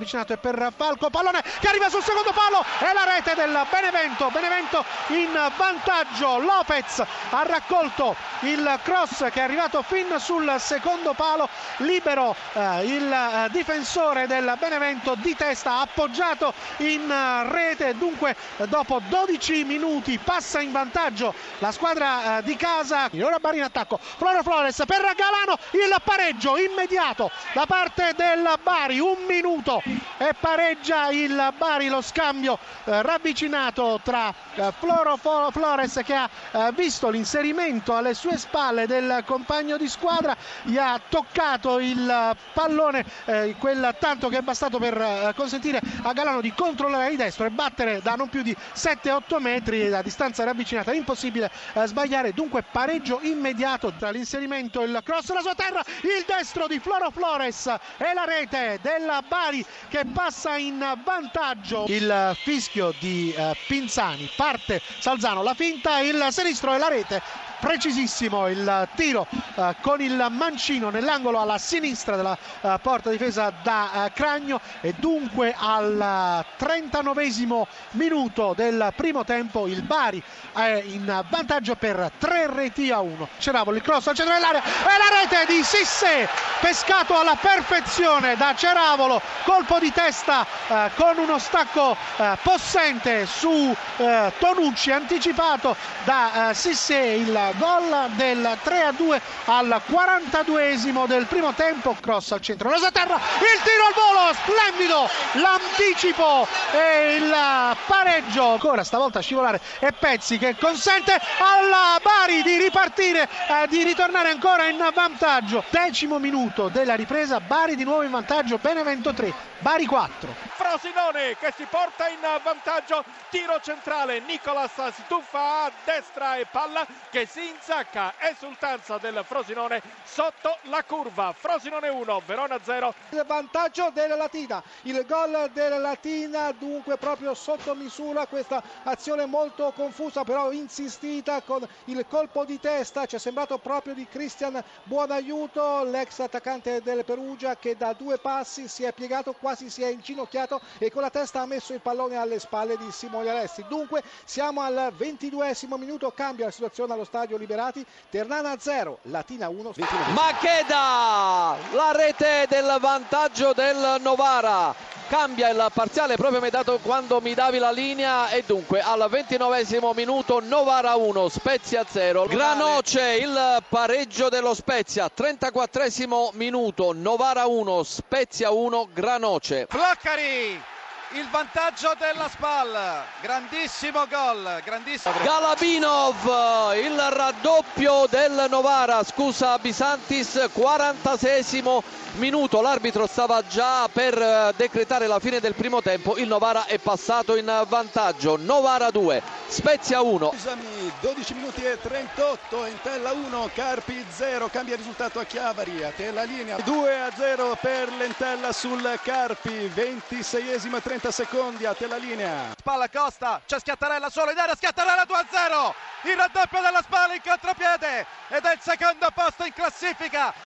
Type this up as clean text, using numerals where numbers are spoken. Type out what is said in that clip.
ravvicinato è per Falco, pallone che arriva sul secondo palo e la rete del Benevento in vantaggio. Lopez ha raccolto il cross che è arrivato fin sul secondo palo, libero il difensore del Benevento di testa, appoggiato in rete. Dunque dopo 12 minuti passa in vantaggio la squadra di casa. Ora Bari in attacco, Flores per Galano, il pareggio immediato da parte del Bari, 1 minuto e pareggia il Bari. Lo scambio ravvicinato tra Flores, che ha visto l'inserimento alle sue spalle del compagno di squadra, gli ha toccato il pallone, quel tanto che è bastato per consentire a Galano di controllare di destro e battere da non più di 7-8 metri la distanza ravvicinata, impossibile sbagliare. Dunque pareggio immediato tra l'inserimento, il cross, la sua terra, il destro di Flores e la rete della Bari che passa in vantaggio. Il fischio di Pinzani, parte Salzano, la finta, il sinistro e la rete. Precisissimo il tiro con il mancino nell'angolo alla sinistra della porta difesa da Cragno, e dunque al 39esimo minuto del primo tempo il Bari è in vantaggio per 3-1. Ceravolo, il cross al centro dell'area e la rete di Sissé, pescato alla perfezione da Ceravolo, colpo di testa con uno stacco possente su Tonucci, anticipato da Sissé. Il gol del 3-2 al 42esimo del primo tempo. Cross al centro, la terra, il tiro al volo, splendido l'anticipo e il pareggio. Ancora stavolta scivolare e Pezzi che consente alla Bari di ripartire, di ritornare ancora in vantaggio. 10° minuto della ripresa, Bari di nuovo in vantaggio, Benevento 3, Bari 4. Frosinone che si porta in vantaggio, tiro centrale, Nicolas si tuffa a destra e palla che si insacca, esultanza del Frosinone sotto la curva. Frosinone 1, Verona 0. Il vantaggio della Latina, il gol della Latina dunque proprio sotto misura, questa azione molto confusa però insistita con il colpo di testa, ci è sembrato proprio di Cristian Buonaiuto, l'ex attaccante del Perugia, che da 2 passi si è piegato, quasi si è inginocchiato e con la testa ha messo il pallone alle spalle di Simone Alessi. Dunque siamo al 22esimo minuto, cambia la situazione allo stadio Liberati, Ternana 0, Latina 1. Macheda, la rete del vantaggio del Novara, cambia il parziale proprio mi hai dato quando mi davi la linea, e dunque al 29esimo minuto Novara 1, Spezia 0. Granoce, il pareggio dello Spezia, 34esimo minuto, Novara 1, Spezia 1, Granoce. Floccari, il vantaggio della SPAL, grandissimo gol, grandissimo. Galabinov, il raddoppio del Novara, scusa Bisantis, 46esimo minuto, l'arbitro stava già per decretare la fine del primo tempo, il Novara è passato in vantaggio, Novara 2, Spezia 1. 12 minuti e 38, Entella 1, Carpi 0, cambia il risultato a Chiavari, a te la linea, 2-0 per l'Entella sul Carpi, 26esimo e 30 secondi, a te la linea. Spalla Costa, c'è Schiattarella solo in area, Schiattarella 2-0, il raddoppio della SPAL in contropiede ed è il secondo posto in classifica.